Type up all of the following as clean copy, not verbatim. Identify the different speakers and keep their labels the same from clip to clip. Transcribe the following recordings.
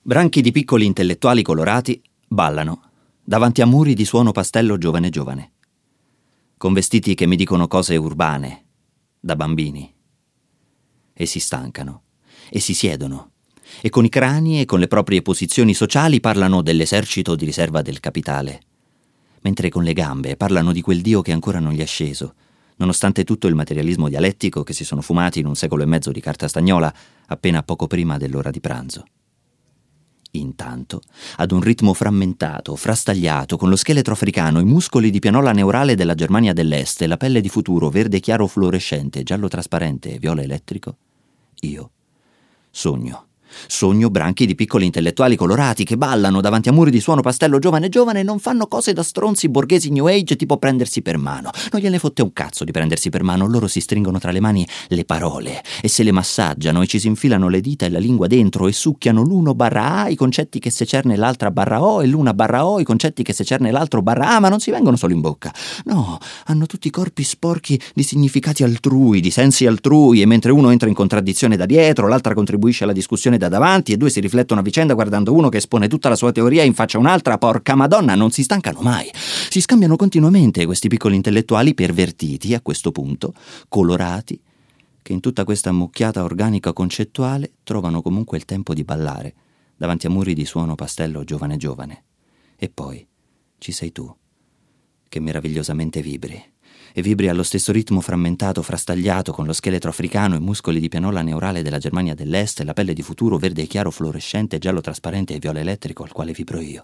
Speaker 1: Branchi di piccoli intellettuali colorati ballano davanti a muri di suono pastello giovane giovane, con vestiti che mi dicono cose urbane, da bambini. E si stancano, e si siedono, e con i crani e con le proprie posizioni sociali parlano dell'esercito di riserva del capitale, mentre con le gambe parlano di quel Dio che ancora non gli è sceso, nonostante tutto il materialismo dialettico che si sono fumati in 1 secolo e mezzo di carta stagnola appena poco prima dell'ora di pranzo. Intanto, ad un ritmo frammentato, frastagliato, con lo scheletro africano, i muscoli di pianola neurale della Germania dell'Est e la pelle di futuro verde chiaro fluorescente, giallo trasparente e viola elettrico, io sogno branchi di piccoli intellettuali colorati che ballano davanti a muri di suono pastello giovane giovane e non fanno cose da stronzi borghesi new age tipo prendersi per mano. Non gliene fotte un cazzo di prendersi per mano, loro si stringono tra le mani le parole e se le massaggiano e ci si infilano le dita e la lingua dentro e succhiano l'uno barra A i concetti che secerne l'altra barra O e l'una barra O i concetti che secerne l'altro barra A, ma non si vengono solo in bocca. No, hanno tutti i corpi sporchi di significati altrui, di sensi altrui, e mentre uno entra in contraddizione da dietro, l'altra contribuisce alla discussione da davanti e due si riflettono a vicenda guardando uno che espone tutta la sua teoria in faccia a un'altra. Porca madonna, non si stancano mai. Si scambiano continuamente questi piccoli intellettuali pervertiti, a questo punto, colorati, che in tutta questa ammucchiata organica concettuale trovano comunque il tempo di ballare davanti a muri di suono pastello giovane giovane. E poi ci sei tu, che meravigliosamente vibri. E vibri allo stesso ritmo frammentato, frastagliato, con lo scheletro africano e muscoli di pianola neurale della Germania dell'Est e la pelle di futuro verde chiaro fluorescente, giallo trasparente e viola elettrico al quale vibro io.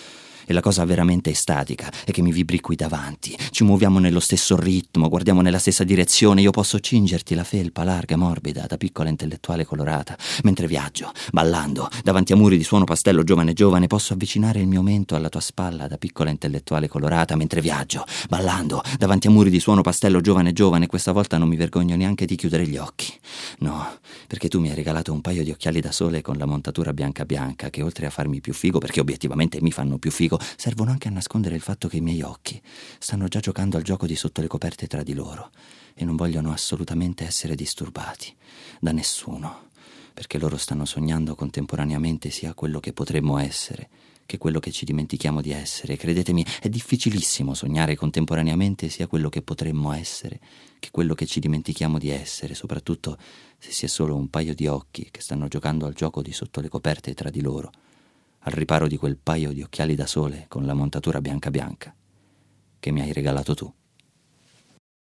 Speaker 1: E la cosa veramente estatica è che mi vibri qui davanti. Ci muoviamo nello stesso ritmo, guardiamo nella stessa direzione. Io posso cingerti la felpa larga e morbida da piccola intellettuale colorata. Mentre viaggio, ballando, davanti a muri di suono pastello giovane giovane, posso avvicinare il mio mento alla tua spalla da piccola intellettuale colorata. Mentre viaggio, ballando, davanti a muri di suono pastello giovane giovane, questa volta non mi vergogno neanche di chiudere gli occhi. No, perché tu mi hai regalato un paio di occhiali da sole con la montatura bianca bianca che, oltre a farmi più figo, perché obiettivamente mi fanno più figo, servono anche a nascondere il fatto che i miei occhi stanno già giocando al gioco di sotto le coperte tra di loro e non vogliono assolutamente essere disturbati da nessuno, perché loro stanno sognando contemporaneamente sia quello che potremmo essere che quello che ci dimentichiamo di essere. Credetemi, è difficilissimo sognare contemporaneamente sia quello che potremmo essere che quello che ci dimentichiamo di essere, soprattutto se si è solo un paio di occhi che stanno giocando al gioco di sotto le coperte tra di loro, al riparo di quel paio di occhiali da sole con la montatura bianca bianca che mi hai regalato tu.